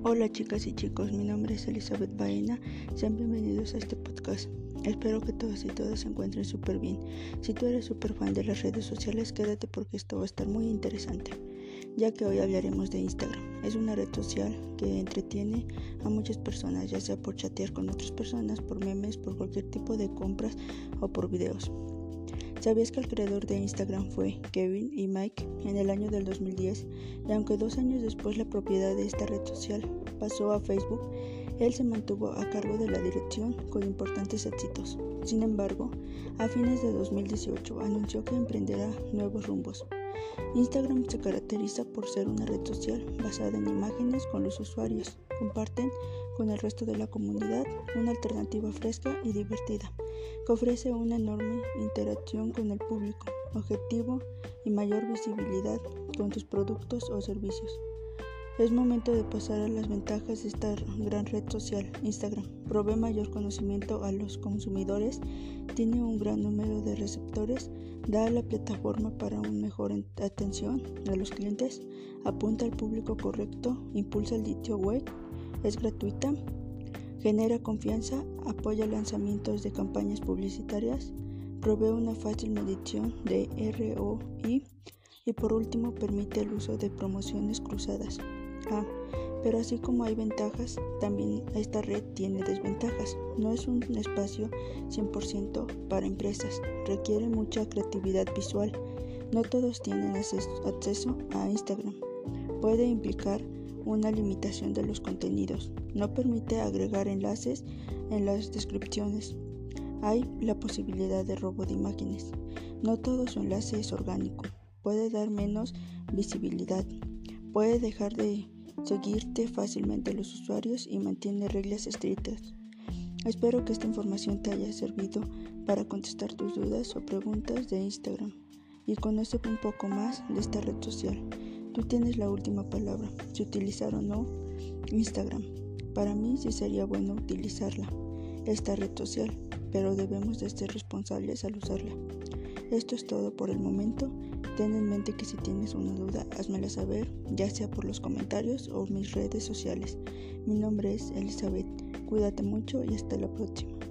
Hola chicas y chicos, mi nombre es Elizabeth Baena, sean bienvenidos a este podcast. Espero que todos y todas se encuentren súper bien. Si tú eres súper fan de las redes sociales, quédate porque esto va a estar muy interesante, ya que hoy hablaremos de Instagram. Es una red social que entretiene a muchas personas, ya sea por chatear con otras personas, por memes, por cualquier tipo de compras o por videos. ¿Sabías que el creador de Instagram fue Kevin y Mike en el año del 2010? Y aunque 2 años después la propiedad de esta red social pasó a Facebook, él se mantuvo a cargo de la dirección con importantes éxitos. Sin embargo, a fines de 2018 anunció que emprenderá nuevos rumbos. Instagram se caracteriza por ser una red social basada en imágenes con los usuarios. Comparten con el resto de la comunidad una alternativa fresca y divertida, que ofrece una enorme interacción con el público objetivo y mayor visibilidad con tus productos o servicios. Es momento de pasar a las ventajas de esta gran red social. Instagram provee mayor conocimiento a los consumidores, tiene un gran número de receptores, da a la plataforma para una mejor atención a los clientes, apunta al público correcto, impulsa el sitio web, es gratuita, genera confianza, apoya lanzamientos de campañas publicitarias, provee una fácil medición de ROI y por último permite el uso de promociones cruzadas. Pero así como hay ventajas, también esta red tiene desventajas. No es un espacio 100% para empresas, requiere mucha creatividad visual. No todos tienen acceso a Instagram. Puede implicar una limitación de los contenidos. No permite agregar enlaces en las descripciones. Hay la posibilidad de robo de imágenes. No todo su enlace es orgánico. Puede dar menos visibilidad. Puede dejar de seguirte fácilmente los usuarios y mantiene reglas estrictas. Espero que esta información te haya servido para contestar tus dudas o preguntas de Instagram y conoce un poco más de esta red social. Tú tienes la última palabra, si utilizar o no Instagram. Para mí sí sería bueno utilizarla, esta red social, pero debemos de ser responsables al usarla. Esto es todo por el momento. Ten en mente que si tienes una duda, házmela saber, ya sea por los comentarios o mis redes sociales. Mi nombre es Elizabeth. Cuídate mucho y hasta la próxima.